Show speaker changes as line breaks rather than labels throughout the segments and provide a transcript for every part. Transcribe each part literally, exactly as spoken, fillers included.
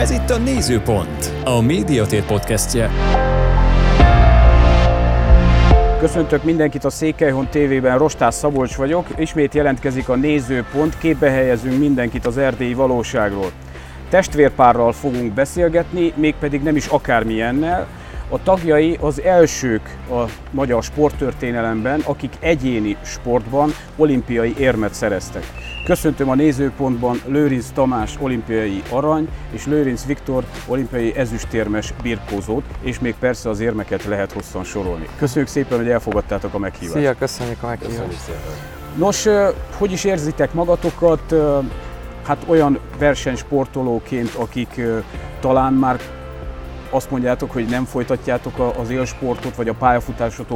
Ez itt a Nézőpont, a Médiatér podcastje.
Köszöntök mindenkit a Székelyhon té vében, Rostás Szabolcs vagyok. Ismét jelentkezik a Nézőpont, képbe helyezünk mindenkit az erdélyi valóságról. Testvérpárral fogunk beszélgetni, mégpedig nem is akármilyennel. A tagjai az elsők a magyar sporttörténelemben, akik egyéni sportban olimpiai érmet szereztek. Köszöntöm a Nézőpontban Lőrinc Tamás olimpiai arany és Lőrinc Viktor olimpiai ezüstérmes birkózót, és még persze az érmeket lehet hosszan sorolni. Köszönjük szépen, hogy elfogadtátok a meghívást.
Szia, köszönjük a meghívást.
Nos, hogy is érzitek magatokat, hát olyan versenysportolóként, akik talán már azt mondjátok, hogy nem folytatjátok az élsportot, vagy a pályafutásotok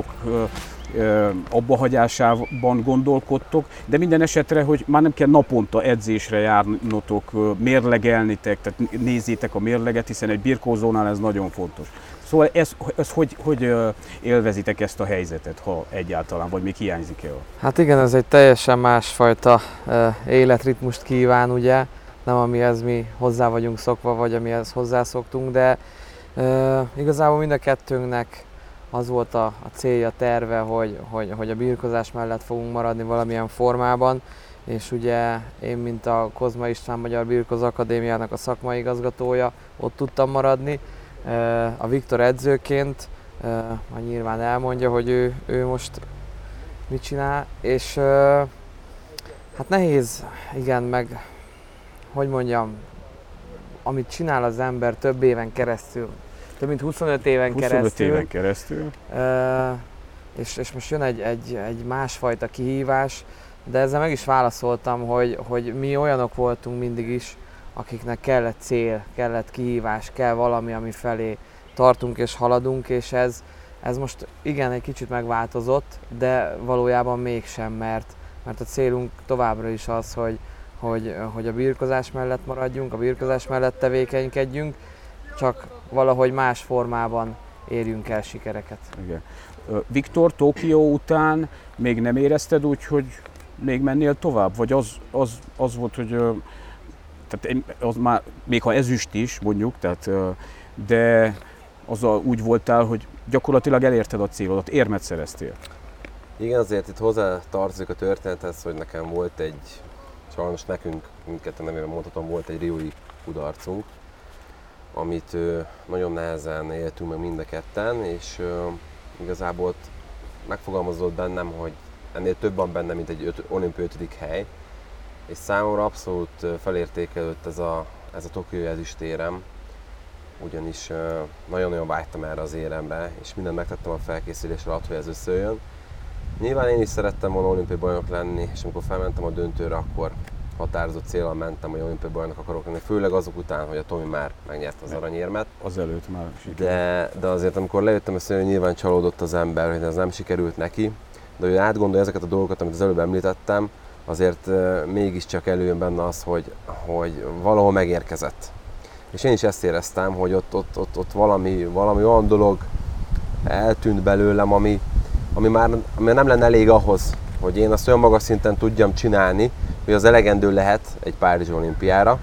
abbahagyásában gondolkodtok, de minden esetre, hogy már nem kell naponta edzésre járnotok, mérlegelnitek, tehát nézzétek a mérleget, hiszen egy birkózónál ez nagyon fontos. Szóval ez, ez hogy, hogy élvezitek ezt a helyzetet, ha egyáltalán, vagy még hiányzik-e?
Hát igen, ez egy teljesen másfajta életritmust kíván, ugye, nem amihez mi hozzá vagyunk szokva, vagy amihez hozzászoktunk, de uh, igazából mind a kettőnknek az volt a, a célja, terve, hogy, hogy, hogy a birkózás mellett fogunk maradni valamilyen formában, és ugye én, mint a Kozma István Magyar Birkózó Akadémiának a szakmai igazgatója, ott tudtam maradni. A Viktor edzőként, majd nyilván elmondja, hogy ő, ő most mit csinál, és hát nehéz, igen, meg hogy mondjam, amit csinál az ember több éven keresztül, több mint huszonöt éven
huszonöt
keresztül,
éven keresztül.
És, és most jön egy, egy, egy másfajta kihívás, de ezzel meg is válaszoltam, hogy, hogy mi olyanok voltunk mindig is, akiknek kellett cél, kellett kihívás, kell valami, ami felé tartunk és haladunk, és ez, ez most igen, egy kicsit megváltozott, de valójában mégsem, mert, mert a célunk továbbra is az, hogy, hogy, hogy a birkózás mellett maradjunk, a birkózás mellett tevékenykedjünk, csak valahogy más formában érjünk el sikereket.
Igen. Viktor, Tokió után még nem érezted úgy, hogy még mennél tovább? Vagy az, az, az volt, hogy tehát az már, még ha ezüst is mondjuk, tehát, de azzal úgy voltál, hogy gyakorlatilag elérted a célodat, érmet szereztél.
Igen, azért itt hozzá tartozik a történethez, hogy nekem volt egy, sajnos nekünk, mindketten nevében mondhatom, volt egy riói kudarcunk, amit nagyon nehezen éltünk meg mind a ketten, és igazából ott megfogalmazott bennem, hogy ennél több van benne, mint egy öt, olimpiai ötödik hely, és számomra abszolút felértékelődött ez a, ez a tokiói ezüstérem, ugyanis nagyon-nagyon vágytam erre az éremre, és mindent megtettem a felkészülés alatt, hogy ez összejön. Nyilván én is szerettem volna olimpiai bajnok lenni, és amikor felmentem a döntőre, akkor határozott céllal mentem, hogy olimpiai bajnok akarok lenni, főleg azok után, hogy a Tomi már megnyerte az aranyérmet.
Azelőtt már sikerült.
De, de azért, amikor lejöttem a szélről, nyilván csalódott az ember, hogy ez nem sikerült neki, de hogy átgondolja ezeket a dolgokat, amit az előbb említettem, azért mégiscsak előjön benne az, hogy, hogy valahol megérkezett. És én is ezt éreztem, hogy ott, ott, ott, ott valami, valami olyan dolog eltűnt belőlem, ami, ami már ami nem lenne elég ahhoz, hogy én azt olyan magas szinten tudjam csinálni, hogy az elegendő lehet egy Párizsi olimpiára.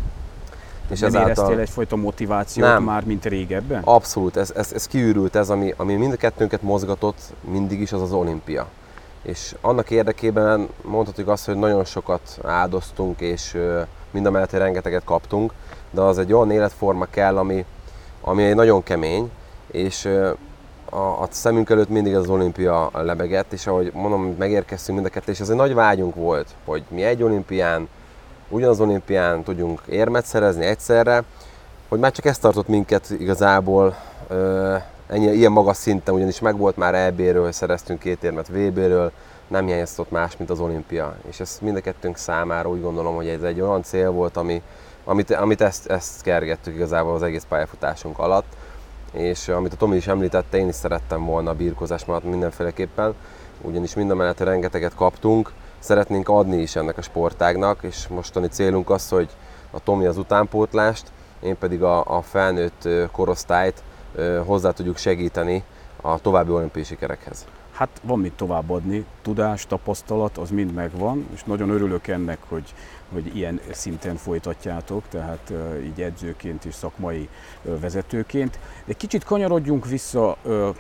És nem ezáltal... éreztél egyfajta motivációt nem. Már, mint régebben?
Abszolút, ez, ez, ez kiürült, ez, ami, ami mind a kettőnket mozgatott mindig is, az az olimpia. És annak érdekében mondhatjuk azt, hogy nagyon sokat áldoztunk, és mindamellett rengeteget kaptunk, de az egy olyan életforma kell, ami, ami nagyon kemény, és a, a szemünk előtt mindig az olimpia lebegett, és ahogy mondom, megérkeztünk mind a kettő, és ez egy nagy vágyunk volt, hogy mi egy olimpián, ugyanaz olimpián tudjunk érmet szerezni egyszerre, hogy már csak ez tartott minket igazából ennyi, ilyen magas szinten, ugyanis megvolt már é béről, szereztünk két érmet vé béről, nem hiányzott más, mint az olimpia. És ez mind a kettőnk számára úgy gondolom, hogy ez egy olyan cél volt, ami, amit, amit ezt, ezt kergettük igazából az egész pályafutásunk alatt. És amit a Tomi is említette, én is szerettem volna a birkózás mellett mindenféleképpen, ugyanis mindamellett rengeteget kaptunk, szeretnénk adni is ennek a sportágnak, és mostani célunk az, hogy a Tomi az utánpótlást, én pedig a, a felnőtt korosztályt hozzá tudjuk segíteni a további olimpiai sikerekhez.
hát van mit továbbadni, tudás, tapasztalat, az mind megvan, és nagyon örülök ennek, hogy, hogy ilyen szinten folytatjátok, tehát így edzőként és szakmai vezetőként. De kicsit kanyarodjunk vissza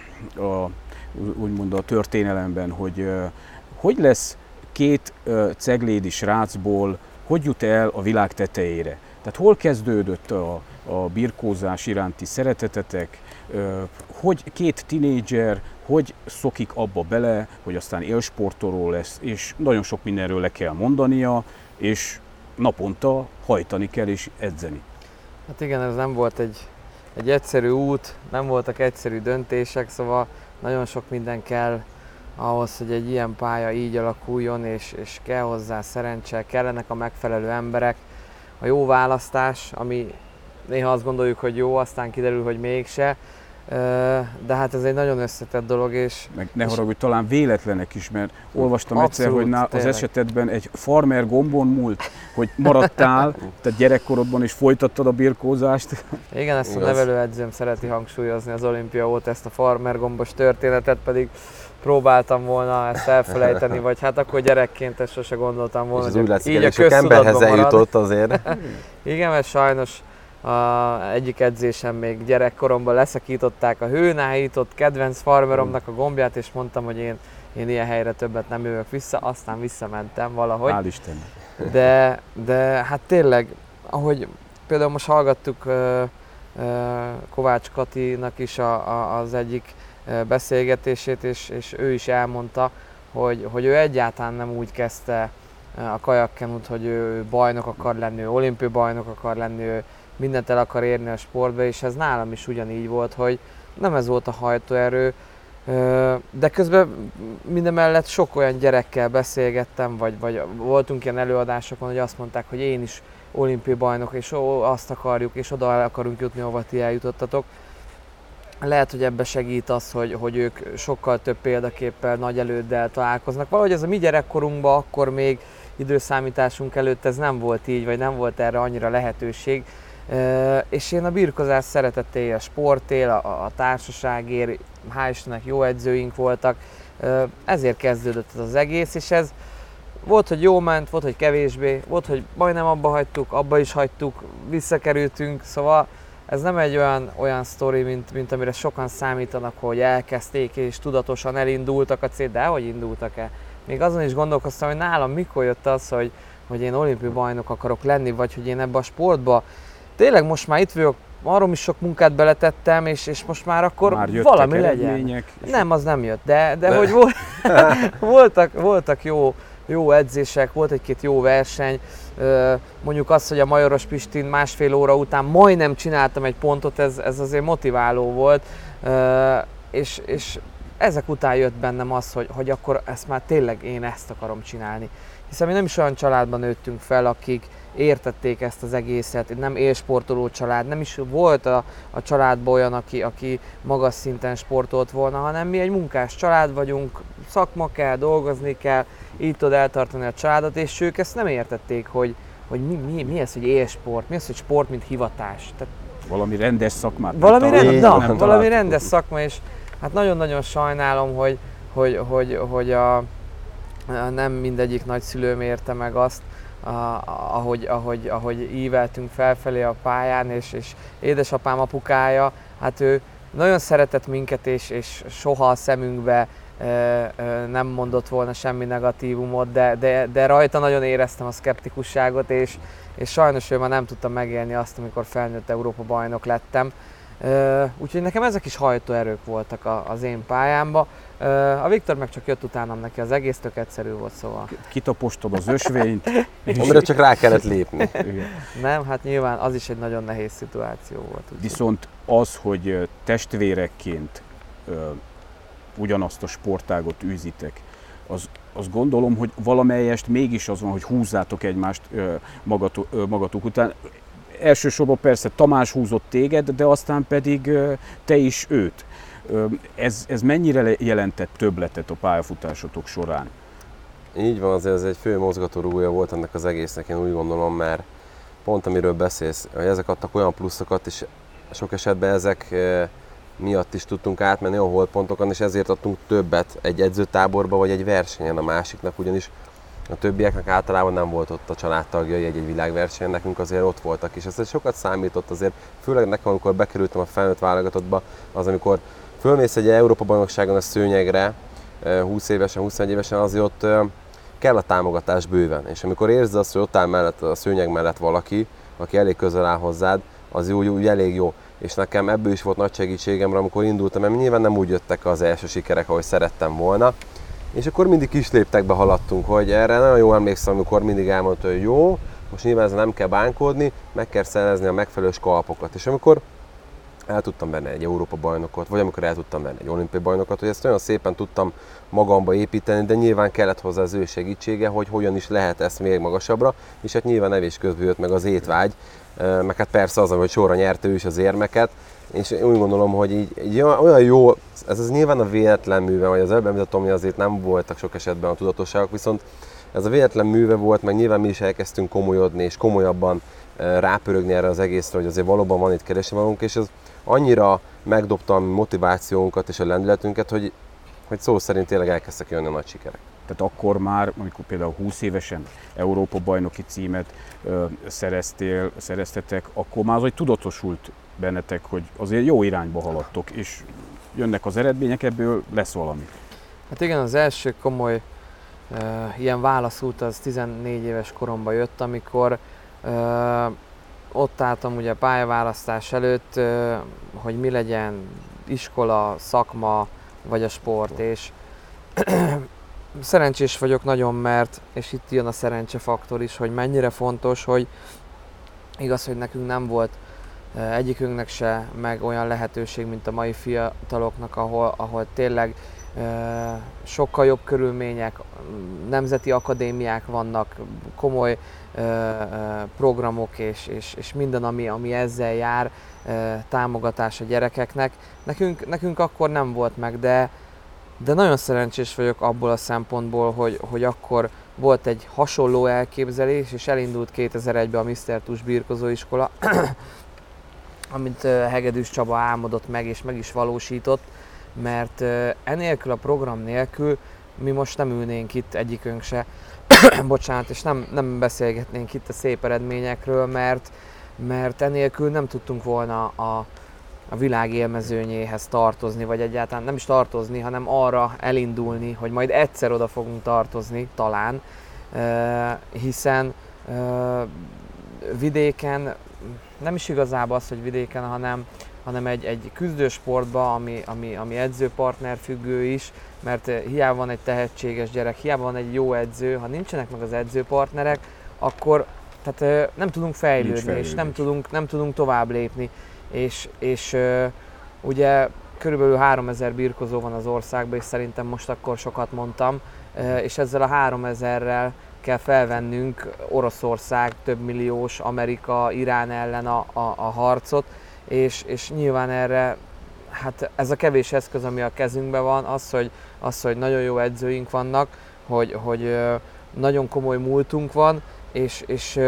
a, úgymond a történelemben, hogy hogy lesz két ceglédi srácból, hogy jut el a világ tetejére? Tehát hol kezdődött a, a birkózás iránti szeretetetek, hogy két tinédzser, hogy szokik abba bele, hogy aztán élsportoló lesz, és nagyon sok mindenről le kell mondania, és naponta hajtani kell és edzeni.
Hát igen, ez nem volt egy, egy egyszerű út, nem voltak egyszerű döntések, szóval nagyon sok minden kell ahhoz, hogy egy ilyen pálya így alakuljon, és, és kell hozzá szerencse, kellenek a megfelelő emberek, a jó választás, ami néha azt gondoljuk, hogy jó, aztán kiderül, hogy mégse, de hát ez egy nagyon összetett dolog, és...
Meg ne haragudj, talán véletlenek is, mert olvastam
abszolút,
egyszer, hogy ná, az
tényleg.
esetedben egy farmer gombon múlt, hogy maradtál, tehát gyerekkorodban is folytattad a birkózást.
Igen, ezt
Igaz.
a nevelőedzőm szereti hangsúlyozni az olimpia óta, ezt a farmer gombos történetet, pedig próbáltam volna ezt elfelejteni, vagy hát akkor gyerekként ezt sose gondoltam volna,
És ez úgy látszik,
így a
elég sok emberhez
köztudatban marad.
eljutott azért.
Igen, mert sajnos a egyik edzésem még gyerekkoromban leszakították a hőnáhított kedvenc farmeromnak a gombját, és mondtam, hogy én, én ilyen helyre többet nem jövök vissza, aztán visszamentem valahogy.
Hál' Istennek.
De, de hát tényleg, ahogy például most hallgattuk uh, uh, Kovács Katinak is a, a, az egyik uh, beszélgetését, és, és ő is elmondta, hogy, hogy ő egyáltalán nem úgy kezdte uh, a kajakkenut, hogy ő bajnok akar lenni, ő olimpiai bajnok akar lenni, ő mindent el akar érni a sportba, és ez nálam is ugyanígy volt, hogy nem ez volt a hajtóerő, de közben mindemellett sok olyan gyerekkel beszélgettem, vagy, vagy voltunk ilyen előadásokon, hogy azt mondták, hogy én is olimpiai bajnok, és ó, azt akarjuk, és oda el akarunk jutni, ahova ti eljutottatok. Lehet, hogy ebbe segít az, hogy, hogy ők sokkal több példaképpel, nagy előddel találkoznak. Valahogy ez a mi gyerekkorunkban, akkor még időszámításunk előtt ez nem volt így, vagy nem volt erre annyira lehetőség. Uh, és én a birkozás szeretettél, a sportél, a, a társaságért, hál' Istennek jó edzőink voltak, uh, ezért kezdődött ez az egész, és ez volt, hogy jó ment, volt, hogy kevésbé, volt, hogy majdnem abba hagytuk, abba is hagytuk, visszakerültünk, szóval ez nem egy olyan, olyan sztori, mint, mint amire sokan számítanak, hogy elkezdték és tudatosan elindultak a cél, de hogy indultak el. Még azon is gondolkoztam, hogy nálam mikor jött az, hogy, hogy én olimpiai bajnok akarok lenni, vagy hogy én ebbe a sportba tényleg most már itt vagyok, arról is sok munkát beletettem, és, és most már akkor
Már
valami legyen. Nem, az nem jött, de, de, de. hogy volt, voltak, voltak jó, jó edzések, volt egy-két jó verseny. Mondjuk az, hogy a Majoros Pistin másfél óra után majdnem csináltam egy pontot, ez, ez azért motiváló volt. És, és ezek után jött bennem az, hogy, hogy akkor ezt már tényleg én ezt akarom csinálni. Hiszen mi nem is olyan családban nőttünk fel, akik értették ezt az egészet, nem élsportoló család, nem is volt a, a családban olyan, aki, aki magas szinten sportolt volna, hanem mi egy munkás család vagyunk, szakma kell, dolgozni kell, így tud eltartani a családot, és ők ezt nem értették, hogy, hogy mi, mi, mi ez, hogy élsport, mi az, hogy sport, mint hivatás. Tehát
valami rendes szakmát.
valami, rend,
nem,
na,
nem
valami rendes szakma, és hát nagyon-nagyon sajnálom, hogy, hogy, hogy, hogy a, nem mindegyik nagyszülőm érte meg azt, A, ahogy, ahogy, ahogy íveltünk felfelé a pályán, és, és édesapám apukája, hát ő nagyon szeretett minket, és, és soha a szemünkbe e, e, nem mondott volna semmi negatívumot, de, de, de rajta nagyon éreztem a szkeptikusságot, és, és sajnos ő már nem tudta megélni azt, amikor felnőtt Európa bajnok lettem. E, úgyhogy nekem ezek is hajtóerők voltak a, az én pályámba. A Viktor meg csak jött utánam, neki az egész tök egyszerű volt, szóval.
Kitapostad az ösvényt.
Amire csak rá kellett lépni.
Nem, hát nyilván az is egy nagyon nehéz szituáció volt. Úgy.
Viszont az, hogy testvérekként uh, ugyanazt a sportágot űzitek, az, azt gondolom, hogy valamelyest mégis az van, hogy húzzátok egymást uh, magatok, uh, magatok után. Elsősorban persze Tamás húzott téged, de aztán pedig uh, te is őt. Ez, ez mennyire jelentett többletet a pályafutásotok során?
Így van, azért ez egy fő mozgatórugója volt ennek az egésznek, én úgy gondolom, mert pont amiről beszélsz, hogy ezek adtak olyan pluszokat, és sok esetben ezek miatt is tudtunk átmenni a holdpontokon, és ezért adtunk többet egy edzőtáborba vagy egy versenyen a másiknak, ugyanis a többieknek általában nem volt ott a családtagjai egy-egy világversenyen, nekünk azért ott voltak, és ez sokat számított azért, főleg nekem, amikor bekerültem a felnőtt válogatottba, az amikor fölmész egy Európa-bajnokságon a szőnyegre, húsz évesen, huszonegy évesen, azért ott kell a támogatás bőven, és amikor érzed azt, hogy ott áll mellett, a szőnyeg mellett valaki, aki elég közel áll hozzád, az úgy, úgy elég jó. És nekem ebből is volt nagy segítségemre, amikor indultam, mert nyilván nem úgy jöttek az első sikerek, ahogy szerettem volna. És akkor mindig kis léptekbe haladtunk, hogy erre nagyon jól emlékszem, amikor mindig elmondta, hogy jó, most nyilván ezzel nem kell bánkódni, meg kell szerezni a megfelelő skalpokat. És amikor el tudtam venni egy Európa-bajnokot, vagy amikor el tudtam venni egy olimpiai bajnokot, hogy ezt olyan szépen tudtam magamba építeni, de nyilván kellett hozzá az ő segítsége, hogy hogyan is lehet ezt még magasabbra, és hát nyilván evés közben jött meg az étvágy, meg hát persze az, hogy sorra nyerte ő is az érmeket, és én úgy gondolom, hogy így, így olyan jó, ez az nyilván a véletlen műve, vagy az előbb említettem, hogy azért nem voltak sok esetben a tudatosságok, viszont ez a véletlen műve volt, meg nyilván mi is elkezdtünk komolyodni, és komolyabban rápörögni erre az egészre, hogy azért valóban van itt keresni valunk, és ez annyira megdobta a motivációnkat és a lendületünket, hogy, hogy szó szerint tényleg elkezdtek jönni a nagy sikerek.
Tehát akkor már, amikor például húsz évesen Európa-bajnoki címet ö, szereztél, szereztetek, akkor már az, hogy tudatosult bennetek, hogy azért jó irányba haladtok, és jönnek az eredmények, ebből lesz valami.
Hát igen, az első komoly uh, ilyen válaszút az tizennégy éves koromban jött, amikor uh, ott álltam ugye a pályaválasztás előtt, uh, hogy mi legyen iskola, szakma vagy a sport, és szerencsés vagyok nagyon, mert, és itt jön a szerencsefaktor is, hogy mennyire fontos, hogy igaz, hogy nekünk nem volt egyikünknek se meg olyan lehetőség, mint a mai fiataloknak, ahol, ahol tényleg e, sokkal jobb körülmények, nemzeti akadémiák vannak, komoly e, e, programok és, és, és minden, ami, ami ezzel jár, e, támogatás a gyerekeknek. Nekünk, nekünk akkor nem volt meg, de, de nagyon szerencsés vagyok abból a szempontból, hogy, hogy akkor volt egy hasonló elképzelés, és elindult kétezer-egyben a miszter Tus birkozóiskola, amit Hegedűs Csaba álmodott meg, és meg is valósított, mert enélkül a program nélkül mi most nem ülnénk itt egyikünk se, bocsánat, és nem, nem beszélgetnénk itt a szép eredményekről, mert, mert enélkül nem tudtunk volna a, a világ élmezőnyéhez tartozni, vagy egyáltalán nem is tartozni, hanem arra elindulni, hogy majd egyszer oda fogunk tartozni, talán, hiszen vidéken, nem is igazából az, hogy vidéken, hanem, hanem egy, egy küzdősportban, ami, ami, ami edzőpartner függő is, mert hiába van egy tehetséges gyerek, hiába van egy jó edző, ha nincsenek meg az edzőpartnerek, akkor tehát, nem tudunk fejlődni, és nem tudunk, nem tudunk tovább lépni. És, és ugye körülbelül háromezer birkozó van az országban, és szerintem most akkor sokat mondtam, és ezzel a háromezerrel kell felvennünk Oroszország több milliós, Amerika, Irán ellen a, a, a harcot, és, és nyilván erre, hát ez a kevés eszköz, ami a kezünkben van, az, hogy, az, hogy nagyon jó edzőink vannak, hogy, hogy nagyon komoly múltunk van, és, és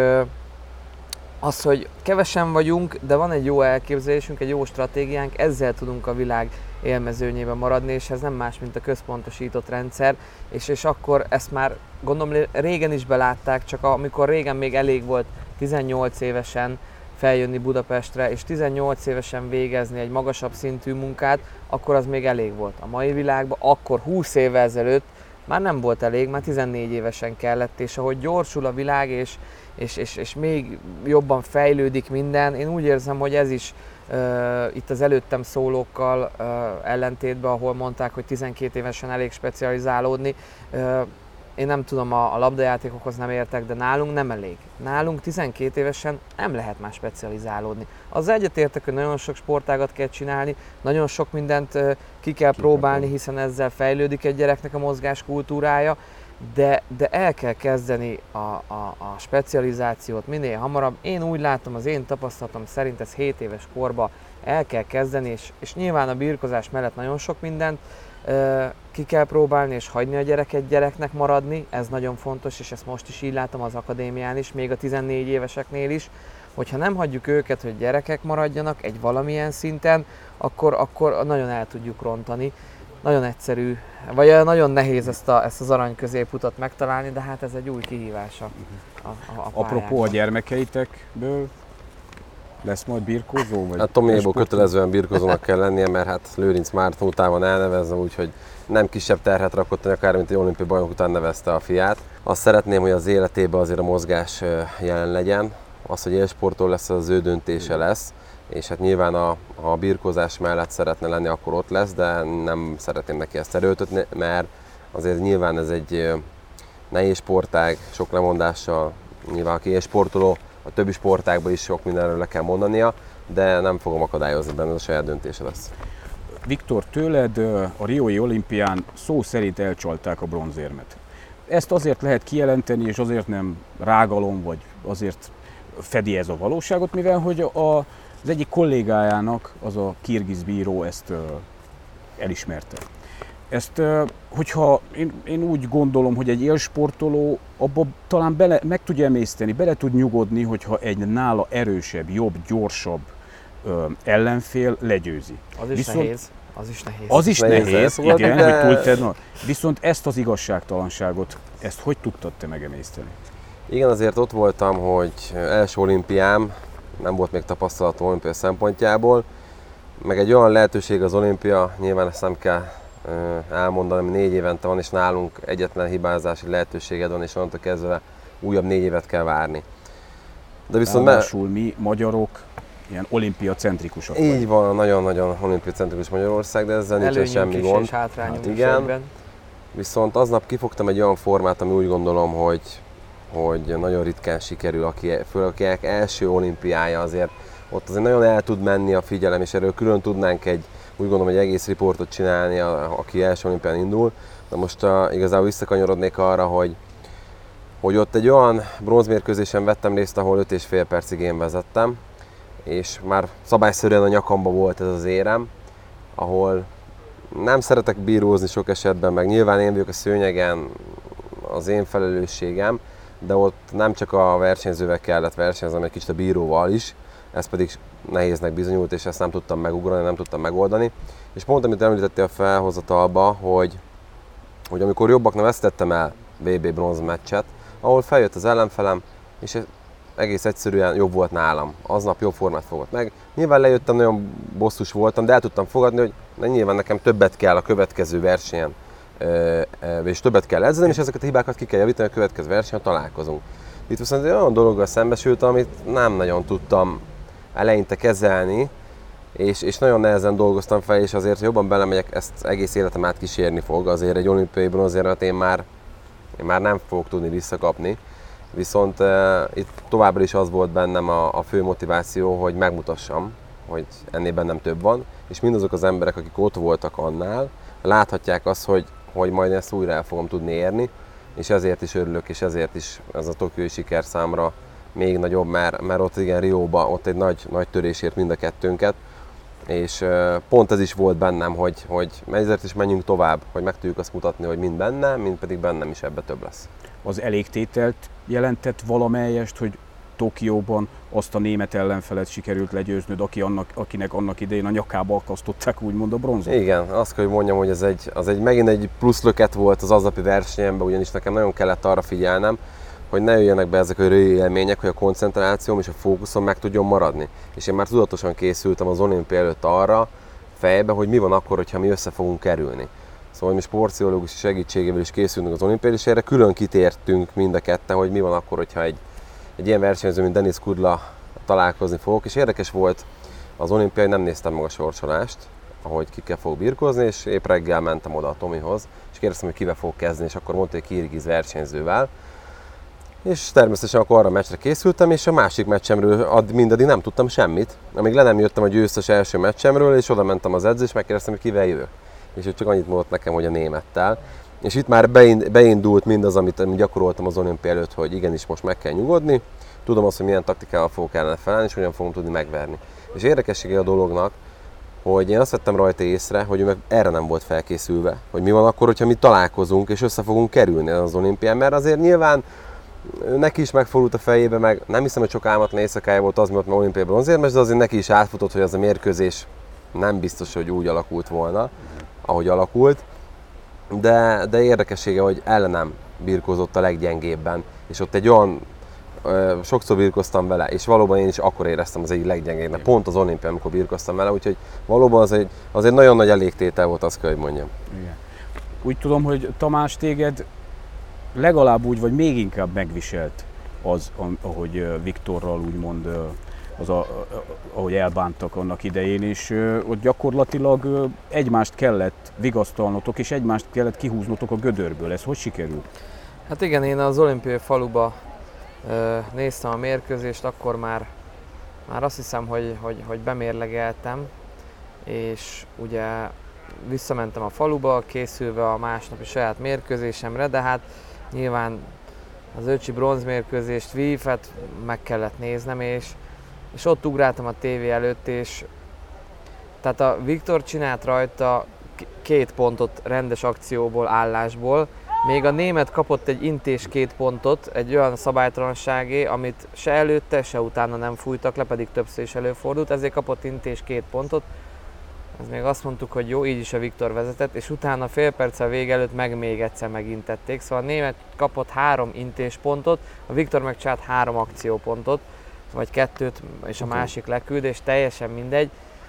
az, hogy kevesen vagyunk, de van egy jó elképzelésünk, egy jó stratégiánk, ezzel tudunk a világ élmezőnyében maradni, és ez nem más, mint a központosított rendszer, és, és akkor ezt már gondolom régen is belátták, csak amikor régen még elég volt tizennyolc évesen feljönni Budapestre, és tizennyolc évesen végezni egy magasabb szintű munkát, akkor az még elég volt. A mai világban akkor húsz évvel ezelőtt már nem volt elég, már tizennégy évesen kellett, és ahogy gyorsul a világ, és, és, és, és még jobban fejlődik minden, én úgy érzem, hogy ez is uh, itt az előttem szólókkal uh, ellentétben, ahol mondták, hogy tizenkét évesen elég specializálódni. Uh, én nem tudom, a, a labdajátékokhoz nem értek, de nálunk nem elég. Nálunk tizenkét évesen nem lehet már specializálódni. Azzal egyetértek, hogy nagyon sok sportágat kell csinálni, nagyon sok mindent uh, ki kell próbálni, hiszen ezzel fejlődik egy gyereknek a mozgáskultúrája, de, de el kell kezdeni a, a, a specializációt minél hamarabb. Én úgy látom, az én tapasztalatom szerint ez hét éves korban el kell kezdeni, és, és nyilván a birkozás mellett nagyon sok mindent uh, ki kell próbálni, és hagyni a gyereket gyereknek maradni, ez nagyon fontos, és ezt most is így látom az akadémián is, még a tizennégy éveseknél is, hogyha nem hagyjuk őket, hogy gyerekek maradjanak egy valamilyen szinten, akkor, akkor nagyon el tudjuk rontani. Nagyon egyszerű, vagy nagyon nehéz ezt, a, ezt az arany középutat megtalálni, de hát ez egy új kihívása a, a, a
Apropó a gyermekeitekből, lesz majd birkózó? Vagy
hát Tomiéból kötelezően birkózónak kell lennie, mert hát Lőrinc Márton után van elnevezve, úgyhogy nem kisebb terhet rakott, akár mint egy olimpiai bajnok után nevezte a fiát. Azt szeretném, hogy az életében azért a mozgás jelen legyen. Az, hogy élsportol lesz, az ő döntése lesz. És hát nyilván a, ha a birkózás mellett szeretne lenni, akkor ott lesz, de nem szeretném neki ezt erőltetni, mert azért nyilván ez egy nehéz sportág, sok lemondással, nyilván aki élsportoló, a többi sportágban is sok mindenről le kell mondania, de nem fogom akadályozni benne, ez a saját döntése lesz.
Viktor, tőled a riói olimpián szó szerint elcsalták a bronzérmet. Ezt azért lehet kijelenteni, és azért nem rágalom, vagy azért fedi ez a valóságot, mivel hogy a, az egyik kollégájának, az a kirgiz bíró ezt elismerte. Ezt, hogyha én, én úgy gondolom, hogy egy élsportoló abba talán bele, meg tudja emészteni, bele tud nyugodni, hogyha egy nála erősebb, jobb, gyorsabb ö, ellenfél legyőzi.
Az is
Viszont,
nehéz. Az is nehéz.
Az is
nehéz,
nehéz,
nehéz
igen,
de...
hogy túlted. Viszont ezt az igazságtalanságot, ezt hogy tudtad te megemészteni?
Igen, azért ott voltam, hogy első olimpiám, nem volt még tapasztalat olimpia szempontjából, meg egy olyan lehetőség az olimpia, nyilván ezt nem kell elmondani, hogy négy évente van, és nálunk egyetlen hibázási lehetőséged van, és onnantól kezdve újabb négy évet kell várni.
De viszont Ráadásul me... mi magyarok ilyen olimpiacentrikusak
Így
vagy.
van, nagyon-nagyon olimpiacentrikus Magyarország, de ezzel nincsen semmi gond.
Hát
igen. Viszont aznap kifogtam egy olyan formát, ami úgy gondolom, hogy, hogy nagyon ritkán sikerül, aki, főleg akinek első olimpiája, azért ott azért nagyon el tud menni a figyelem, és erről külön tudnánk egy, úgy gondolom, egy egész riportot csinálni, aki első olimpián indul. De most uh, igazából visszakanyarodnék arra, hogy, hogy ott egy olyan bronzmérkőzésen vettem részt, ahol öt és fél percig én vezettem, és már szabályszerűen a nyakamba volt ez az érem, ahol nem szeretek bírózni sok esetben, meg nyilván én vagyok a szőnyegen, az én felelősségem, de ott nem csak a versenyzővel kellett versenyezni, hanem egy kicsit a bíróval is, ez pedig nehéznek bizonyult, és ezt nem tudtam megugrani, nem tudtam megoldani. És pont amit említettél a felhozatalba, hogy, hogy amikor jobbaknak vesztettem el vé bé bronz meccset, ahol feljött az ellenfelem, és egész egyszerűen jobb volt nálam. Aznap jobb formát fogott meg. Nyilván lejöttem, nagyon bosszus voltam, de el tudtam fogadni, hogy nyilván nekem többet kell a következő versenyen, és többet kell edzeni, és ezeket a hibákat ki kell javítani, a következő versenyen találkozunk. Itt viszont egy olyan dologgal szembesültem, amit nem nagyon tudtam eleinte kezelni, és, és nagyon nehezen dolgoztam fel, és azért jobban belemegyek, ezt egész életem át kísérni fog. Azért egy olimpiai bronzérmet én már, én már nem fogok tudni visszakapni. Viszont uh, itt továbbra is az volt bennem a, a fő motiváció, hogy megmutassam, hogy ennél bennem több van, és mindazok az emberek, akik ott voltak annál, láthatják azt, hogy, hogy majd ezt újra el fogom tudni érni, és ezért is örülök, és ezért is ez a tokiói siker számra még nagyobb, mert, mert ott igen, Rióban ott egy nagy, nagy törés ért mind a kettőnket, és uh, pont ez is volt bennem, hogy, hogy ezért is menjünk tovább, hogy meg tudjuk azt mutatni, hogy mind benne, mind pedig bennem is ebbe több lesz.
Az elégtételt jelentett valamelyest, hogy Tokióban azt a német ellenfelet sikerült legyőznöd, aki annak, akinek annak idején a nyakába akasztották úgymond a bronzot?
Igen, azt kell, hogy mondjam, hogy ez egy, az egy megint egy plusz löket volt az aznapi versenyemben, ugyanis nekem nagyon kellett arra figyelnem, hogy ne jöjjenek be ezek a rövid élmények, hogy a koncentrációm és a fókuszom meg tudjon maradni. És én már tudatosan készültem az olimpia előtt arra fejbe, hogy mi van akkor, hogyha mi össze fogunk kerülni. Szóval mi sportpszichológus segítségével is készülünk az olimpiára, és erre külön kitértünk mind a ketten, hogy mi van akkor, hogyha egy, egy ilyen versenyző, mint Denis Kudla találkozni fogok. És érdekes volt az olimpiai, nem néztem meg a sorsolást, ahogy kikkel fog birkózni, és épp reggel mentem oda a Tomihoz, és kérdeztem, hogy kivel fog kezdeni, és akkor mondta, hogy kirgiz versenyzővel. És természetesen akkor arra a meccsre készültem, és a másik meccsemről ad, mindaddig nem tudtam semmit. Amíg le nem jöttem a győztes első meccsemről, és oda mentem az edzés, és megkérdeztem, hogy kivel jövök. És ő csak annyit mondott nekem, hogy a némettel. És itt már beindult mindaz, amit gyakoroltam az olimpia előtt, hogy igenis most meg kell nyugodni. Tudom azt, hogy milyen taktikával fogok ellene felállni, és hogyan fogom tudni megverni. És érdekessége a dolognak, hogy én azt vettem rajta észre, hogy ő meg erre nem volt felkészülve. Hogy mi van akkor, hogyha mi találkozunk, és össze fogunk kerülni az olimpián, mert azért nyilván neki is megfordult a fejébe, meg nem hiszem, hogy sok álmatlan éjszakája volt az, miatt már olimpiai bronzérmes, de azért neki is átfutott, hogy az a mérkőzés nem biztos, hogy úgy alakult volna, ahogy alakult. De, de érdekessége, hogy ellenem birkózott a leggyengébben, és ott egy olyan, ö, sokszor birkoztam vele, és valóban én is akkor éreztem az egyik leggyengébbnek, pont az olimpián, amikor birkoztam vele, úgyhogy valóban az egy, az egy nagyon nagy elégtétel volt, azt kell, hogy mondjam.
Igen. Úgy tudom, hogy Tamás téged legalább úgy, vagy még inkább megviselt az, ahogy Viktorral úgymond, az a, ahogy elbántak annak idején, és ott gyakorlatilag egymást kellett vigasztalnotok, és egymást kellett kihúznotok a gödörből. Ez hogy sikerült?
Hát igen, én az olimpiai faluba néztem a mérkőzést, akkor már, már azt hiszem, hogy, hogy, hogy bemérlegeltem, és ugye visszamentem a faluba, készülve a másnapi saját mérkőzésemre, de hát nyilván az öcsi bronzmérkőzést vív, hát meg kellett néznem, és, és ott ugráltam a tévé előtt, és tehát a Viktor csinált rajta két pontot rendes akcióból, állásból, még a német kapott egy intés két pontot, egy olyan szabálytalanságé, amit se előtte, se utána nem fújtak le, pedig többször is előfordult, ezért kapott intés két pontot. Ez még azt mondtuk, hogy jó, így is a Viktor vezetett, és utána fél perccel vége előtt meg még egyszer megintették. Szóval a német kapott három intéspontot, a Viktor meg csinált három akciópontot, vagy kettőt, és a okay. másik leküldés, teljesen mindegy.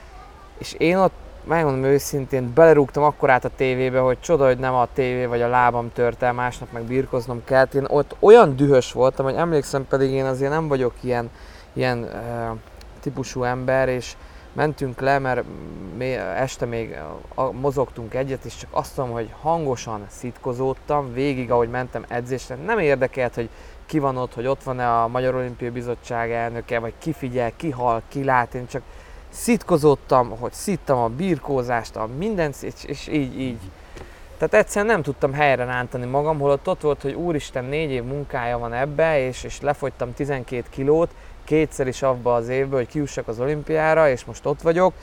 És én ott, megmondom őszintén, belerúgtam akkorát a tévébe, hogy csoda, hogy nem a tévé vagy a lábam tört el, másnap meg birkoznom kellett. Én ott olyan dühös voltam, hogy emlékszem, pedig én azért nem vagyok ilyen, ilyen uh, típusú ember, és mentünk le, mert este még mozogtunk egyet, és csak azt mondom, hogy hangosan szitkozódtam, végig, ahogy mentem edzésre. Nem érdekelt, hogy ki van ott, hogy ott van-e a Magyar Olimpiai Bizottság elnöke, vagy ki figyel, ki hall, ki lát. Én csak szitkozódtam, hogy szittam a birkózást, a mindent, és, és így, így. Tehát egyszerűen nem tudtam helyre rántani magam, holott ott volt, hogy úristen, négy év munkája van ebbe, és, és lefogytam tizenkét kilót, kétszer is abba az évben, hogy kijussak az olimpiára, és most ott vagyok.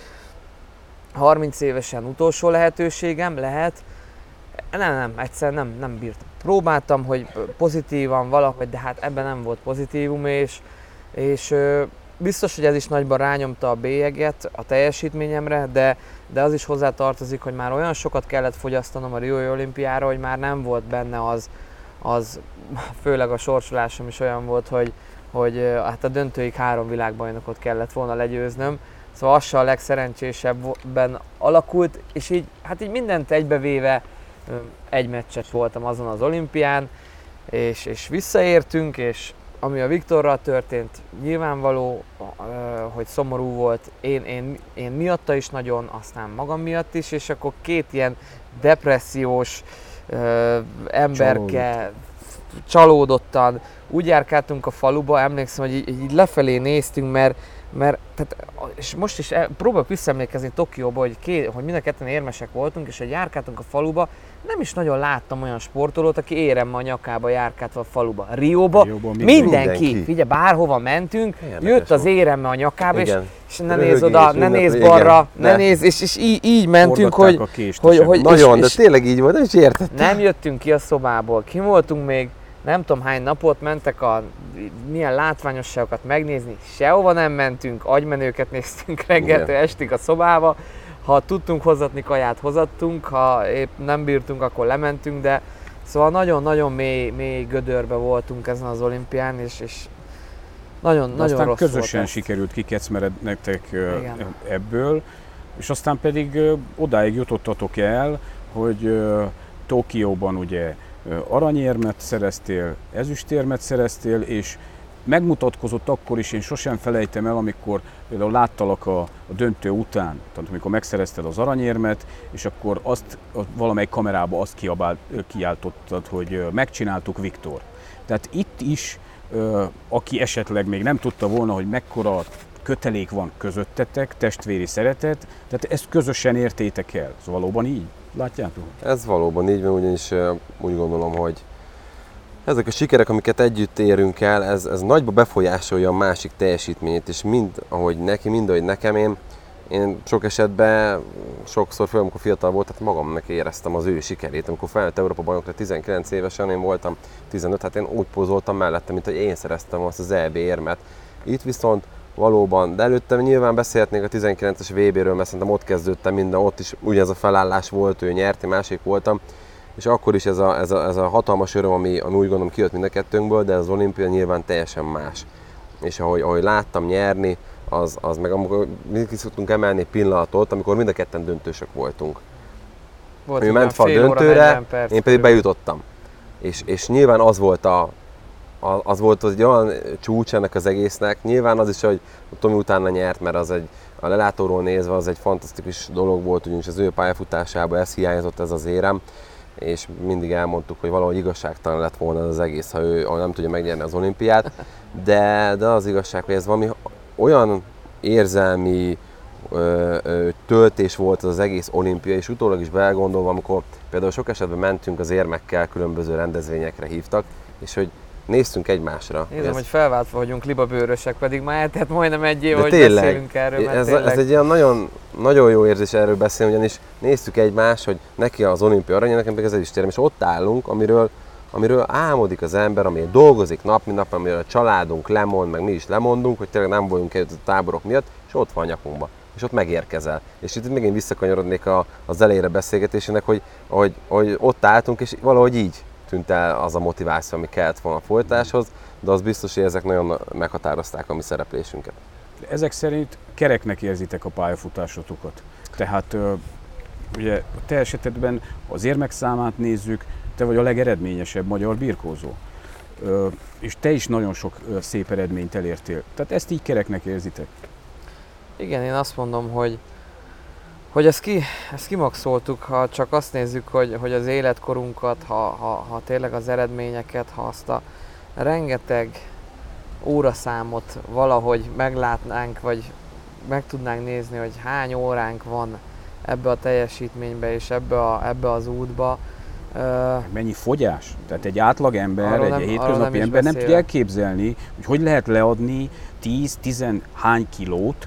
harminc évesen utolsó lehetőségem lehet. Nem, nem, egyszerűen nem, nem bírtam. Próbáltam, hogy pozitívan valahogy, de hát ebben nem volt pozitívum, és, és biztos, hogy ez is nagyban rányomta a bélyeget a teljesítményemre, de, de az is hozzátartozik, hogy már olyan sokat kellett fogyasztanom a Riói olimpiára, hogy már nem volt benne az, az főleg a sorsolásom is olyan volt, hogy hogy hát a döntőig három világbajnokot kellett volna legyőznöm. Szóval az se a legszerencsésebben alakult, és így, hát így mindent egybevéve egy meccset voltam azon az olimpián, és, és visszaértünk, és ami a Viktorral történt, nyilvánvaló, hogy szomorú volt, én, én, én miatta is nagyon, aztán magam miatt is, és akkor két ilyen depressziós ö, emberke, Csalódott. csalódottan úgy járkáltunk a faluba, emlékszem, hogy így, így lefelé néztünk, mert, mert tehát, és most is el, próbálok visszaemlékezni Tokióba, hogy, ké, hogy mind a ketten érmesek voltunk, és hogy járkáltunk a faluba, nem is nagyon láttam olyan sportolót, aki éremmel a nyakába járkáltva a faluba. Rióba, Rióban mindenki, mindenki, figyelj, bárhova mentünk, érdekes jött az éremmel a nyakába, és, és ne nézz oda, ne nézz balra, ne nézz, és, és így, így mentünk, hogy, hogy, hogy...
Nagyon,
és,
de tényleg így volt, nem is értettem.
Nem jöttünk ki a szobából, ki voltunk még, nem tudom hány napot, mentek a milyen látványosságokat megnézni, sehova nem mentünk, agymenőket néztünk reggeltől estig a szobába. Ha tudtunk hozatni kaját, hozattunk, ha épp nem bírtunk, akkor lementünk, de szóval nagyon-nagyon mély, mély gödörbe voltunk ezen az olimpián, és, és nagyon, nagyon
aztán
rossz
közösen
volt
sikerült kikecmerednetek ebből, és aztán pedig odáig jutottatok el, hogy Tokióban ugye aranyérmet szereztél, ezüstérmet szereztél, és megmutatkozott akkor is, én sosem felejtem el, amikor például láttalak a, a döntő után, tehát amikor megszerezted az aranyérmet, és akkor azt valamelyik kamerába azt kiabált, kiáltottad, hogy megcsináltuk, Viktor. Tehát itt is, aki esetleg még nem tudta volna, hogy mekkora kötelék van közöttetek, testvéri szeretet, tehát ezt közösen értétek el. Ez valóban így? Látjátok?
Ez valóban így van, ugyanis úgy gondolom, hogy ezek a sikerek, amiket együtt érünk el, ez, ez nagyba befolyásolja a másik teljesítményét, és mind ahogy neki, mind ahogy nekem, én, én sok esetben, sokszor, főleg amikor fiatal volt, tehát magamnak éreztem az ő sikerét. Amikor felnőtt Európa bajnokra tizenkilenc évesen, én voltam tizenöt, hát én úgy pózoltam mellette, mint hogy én szereztem azt az é bé érmet. Itt viszont valóban, de előtte nyilván beszélhetnénk a tizenkilences vé béről, mert szerintem ott kezdődtem minden, ott is ugyanez a felállás volt, ő nyert, én másik voltam. És akkor is ez a, ez a, ez a hatalmas öröm, ami, ami úgy gondolom kijött mind a kettőnkből, de az olimpia nyilván teljesen más. És ahogy, ahogy láttam nyerni, az, az meg amikor mi ki szoktunk emelni pillanatot, amikor mind a ketten döntősök voltunk.
Volt
ő ment fel a döntőre, én pedig bejutottam. És, és nyilván az volt a, a, az volt egy olyan csúcs ennek az egésznek, nyilván az is, hogy Tomi utána nyert, mert az egy, a lelátóról nézve az egy fantasztikus dolog volt, ugyanis az ő pályafutásában ez hiányzott, ez az érem. És mindig elmondtuk, hogy valahogy igazságtalan lett volna az egész, ha ő nem tudja megnyerni az olimpiát, de, de az igazság, hogy ez valami olyan érzelmi ö, ö, töltés volt az, az egész olimpia, és utólag is belgondolva, amikor például sok esetben mentünk az érmekkel, különböző rendezvényekre hívtak, és hogy néztünk egymásra.
Nézem,
ez...
hogy felváltva vagyunk libabőrösek, pedig már eltelt majdnem egy év, hogy
tényleg,
beszélünk erről. Mert
ez,
tényleg...
ez egy ilyen nagyon, nagyon jó érzés erről beszélni, ugyanis néztük egymást, hogy neki az olimpia aranya, nekem pedig az ezüstérem, és ott állunk, amiről, amiről álmodik az ember, amiről dolgozik nap, mint nap, amiről a családunk lemond, meg mi is lemondunk, hogy tényleg nem vagyunk egy táborok miatt, és ott van a nyakunkba. És ott megérkezel. És itt megint visszakanyarodnék a, az elejére beszélgetésének, hogy, hogy, hogy ott álltunk, és valahogy így tűnt el az a motiváció, ami kellett volna a folytatáshoz, de az biztos, hogy ezek nagyon meghatározták a mi szereplésünket.
Ezek szerint kereknek érzitek a pályafutásotokat. Tehát ugye a te esetedben az érmek számát nézzük, te vagy a legeredményesebb magyar birkózó. És te is nagyon sok szép eredményt elértél. Tehát ezt így kereknek érzitek?
Igen, én azt mondom, hogy Hogy ezt, ki, ezt kimaxoltuk, ha csak azt nézzük, hogy, hogy az életkorunkat, ha, ha, ha tényleg az eredményeket, ha azt a rengeteg óraszámot valahogy meglátnánk, vagy meg tudnánk nézni, hogy hány óránk van ebbe a teljesítménybe és ebbe, a, ebbe az útba.
Mennyi fogyás? Tehát egy átlag ember,
arról
egy
nem,
hétköznapi
nem
ember nem
beszélek.
tudja elképzelni, hogy hogy lehet leadni tíz-tizen hány kilót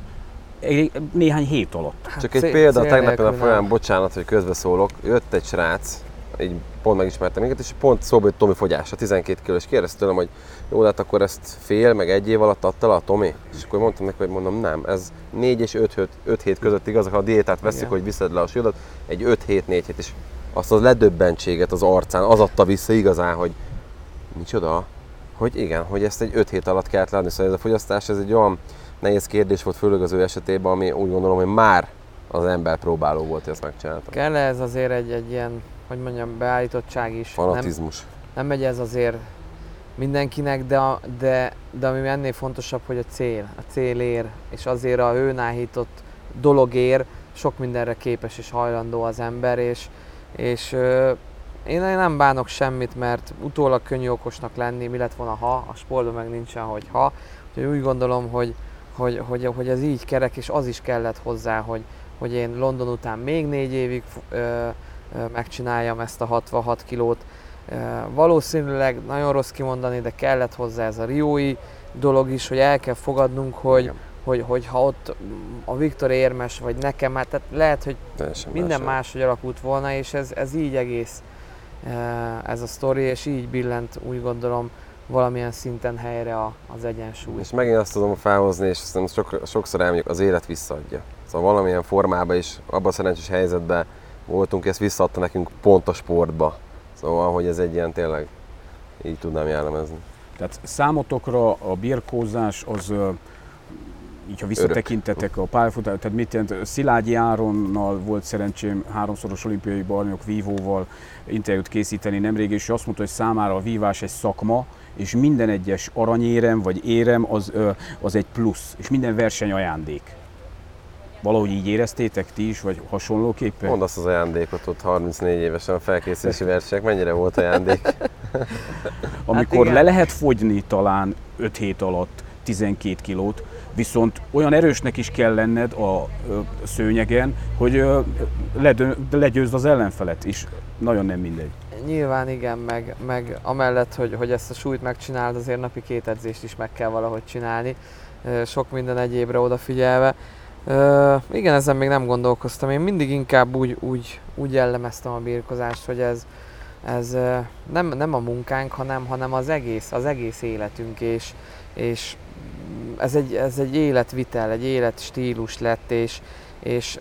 néhány hét alatt.
Hát
Csak egy
cél,
példa,
cél
tegnap a
nélkül
folyamán,
nem.
bocsánat, hogy közbeszólok, jött egy srác, így pont megismertem minket, és pont szóba jött Tomi fogyása, tizenkét kiló, és kérdezte tőlem, hogy jó, hát akkor ezt fél, meg egy év alatt adta le a Tomi? És akkor mondtam neki, hogy mondom, nem, ez négy és öt hét között igaz, ha a diétát veszik,
Igen.
hogy viszed le a súlyodat, egy öt hét négy hét, és azt az ledöbbentséget az arcán, az adta vissza igazán, hogy micsoda? Hogy igen, hogy ezt egy öt hét alatt kellett leadni, szóval ez a fogyasztás, ez egy olyan nehéz kérdés volt, főleg az ő esetében, ami úgy gondolom, hogy már az ember próbáló volt, hogy ezt megcsinálta.
Kell ez azért egy, egy ilyen, hogy mondjam, beállítottság is.
Fanatizmus.
Nem, nem megy ez azért mindenkinek, de, a, de, de ami ennél fontosabb, hogy a cél, a cél ér, és azért a hőnáhított dolog ér, sok mindenre képes és hajlandó az ember, és, és euh, én nem bánok semmit, mert utólag könnyű okosnak lenni, mi lett volna ha, a sportban meg nincsen, hogy ha. Úgyhogy úgy gondolom, hogy Hogy, hogy, hogy ez így kerek, és az is kellett hozzá, hogy, hogy én London után még négy évig ö, ö, megcsináljam ezt a hatvanhat kilót. Ö, valószínűleg nagyon rossz kimondani, de kellett hozzá ez a riói dolog is, hogy el kell fogadnunk, hogy, hogy, hogy ha ott a Viktor érmes, vagy nekem, hát tehát lehet, hogy
Teljesen
minden
más.
máshogy alakult volna, és ez, ez így egész ez a sztori, és így billent, úgy gondolom, valamilyen szinten helyre a, az egyensúly.
És megint azt tudom felhozni, és aztán sok, sokszor elmondjuk, az élet visszaadja. Szóval valamilyen formában is, abban a szerencsés helyzetben voltunk, ezt visszaadta nekünk pont a sportba. Szóval, hogy ez egy ilyen tényleg, így tudnám jellemezni.
Tehát számotokra a birkózás az, így ha visszatekintetek a pályafutásra, tehát mit jelent, Szilágyi Áronnal volt szerencsém háromszoros olimpiai bajnok vívóval interjút készíteni nemrég, és azt mondta, hogy számára a vívás egy szakma, és minden egyes aranyérem vagy érem az, az egy plusz, és minden verseny ajándék. Valahogy így éreztétek ti is, vagy hasonlóképpen?
Mondd azt az ajándékot ott harmincnégy évesen a felkészülési versenyek, mennyire volt ajándék?
Amikor
hát
le lehet fogyni talán öt hét alatt tizenkét kilót, viszont olyan erősnek is kell lenned a szőnyegen, hogy legyőzd az ellenfelet is. Nagyon nem mindegy.
Nyilván igen, meg, meg amellett, hogy, hogy ezt a súlyt megcsináld, azért napi két edzést is meg kell valahogy csinálni, sok minden egyébre odafigyelve. Ö, igen, ezen még nem gondolkoztam. Én mindig inkább úgy, úgy, úgy jellemeztem a birkózást, hogy ez, ez nem, nem a munkánk, hanem, hanem az egész, az egész életünk, és, és ez, egy, ez egy életvitel, egy életstílus lett, és, és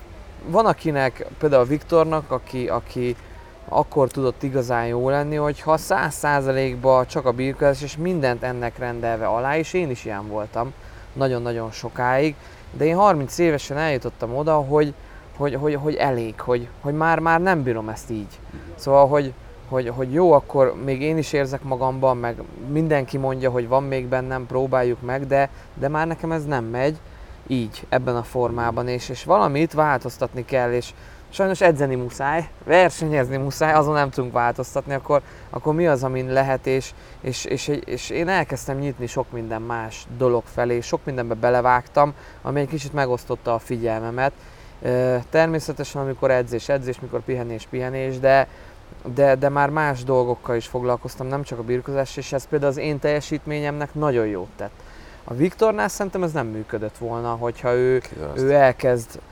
van akinek, például Viktornak, aki, aki akkor tudott igazán jó lenni, hogyha száz százalékban csak a birkózás, és mindent ennek rendelve alá, és én is ilyen voltam nagyon-nagyon sokáig, de én harminc évesen eljutottam oda, hogy, hogy, hogy, hogy elég, hogy, hogy már, már nem bírom ezt így. Szóval, hogy, hogy, hogy jó, akkor még én is érzek magamban, meg mindenki mondja, hogy van még bennem, próbáljuk meg, de, de már nekem ez nem megy így, ebben a formában, és, és valamit változtatni kell, és sajnos edzeni muszáj, versenyezni muszáj, azon nem tudunk változtatni, akkor, akkor mi az, amin lehet, és, és, és, és én elkezdtem nyitni sok minden más dolog felé, sok mindenbe belevágtam, ami egy kicsit megosztotta a figyelmemet. Természetesen, amikor edzés, edzés, mikor pihenés, pihenés, de, de, de már más dolgokkal is foglalkoztam, nem csak a birkózás, és ez például az én teljesítményemnek nagyon jót tett. A Viktornál szerintem ez nem működött volna, hogyha ő, ő elkezd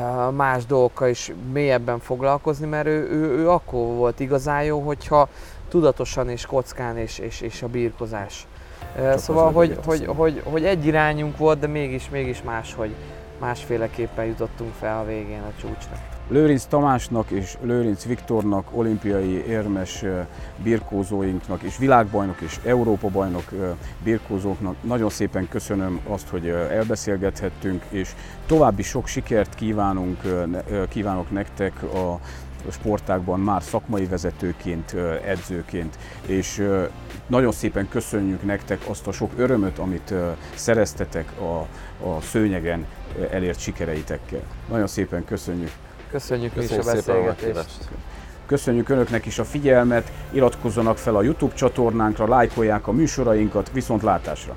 más dolgokkal is mélyebben foglalkozni, mert ő, ő, ő akkor volt igazán jó, hogyha tudatosan és kockán és, és, és a birkózás. Csak szóval, hogy, hogy, hogy, hogy egy irányunk volt, de mégis, mégis máshogy, másféleképpen jutottunk fel a végén a csúcsra.
Lőrinc Tamásnak és Lőrinc Viktornak, olimpiai érmes birkózóinknak és világbajnok és Európa-bajnok birkózóknak nagyon szépen köszönöm azt, hogy elbeszélgethettünk, és további sok sikert kívánunk, kívánok nektek a sportágban már szakmai vezetőként, edzőként, és nagyon szépen köszönjük nektek azt a sok örömöt, amit szereztetek a, a szőnyegen elért sikereitekkel. Nagyon szépen köszönjük!
Köszönjük,
Köszönjük
is a beszélgetést!
Köszönjük Önöknek is a figyelmet, iratkozzanak fel a YouTube csatornánkra, lájkolják a műsorainkat, viszontlátásra!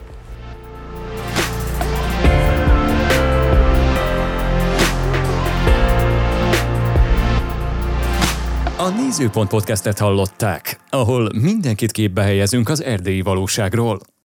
A Nézőpont podcastet hallották, ahol mindenkit képbe helyezünk az erdélyi valóságról.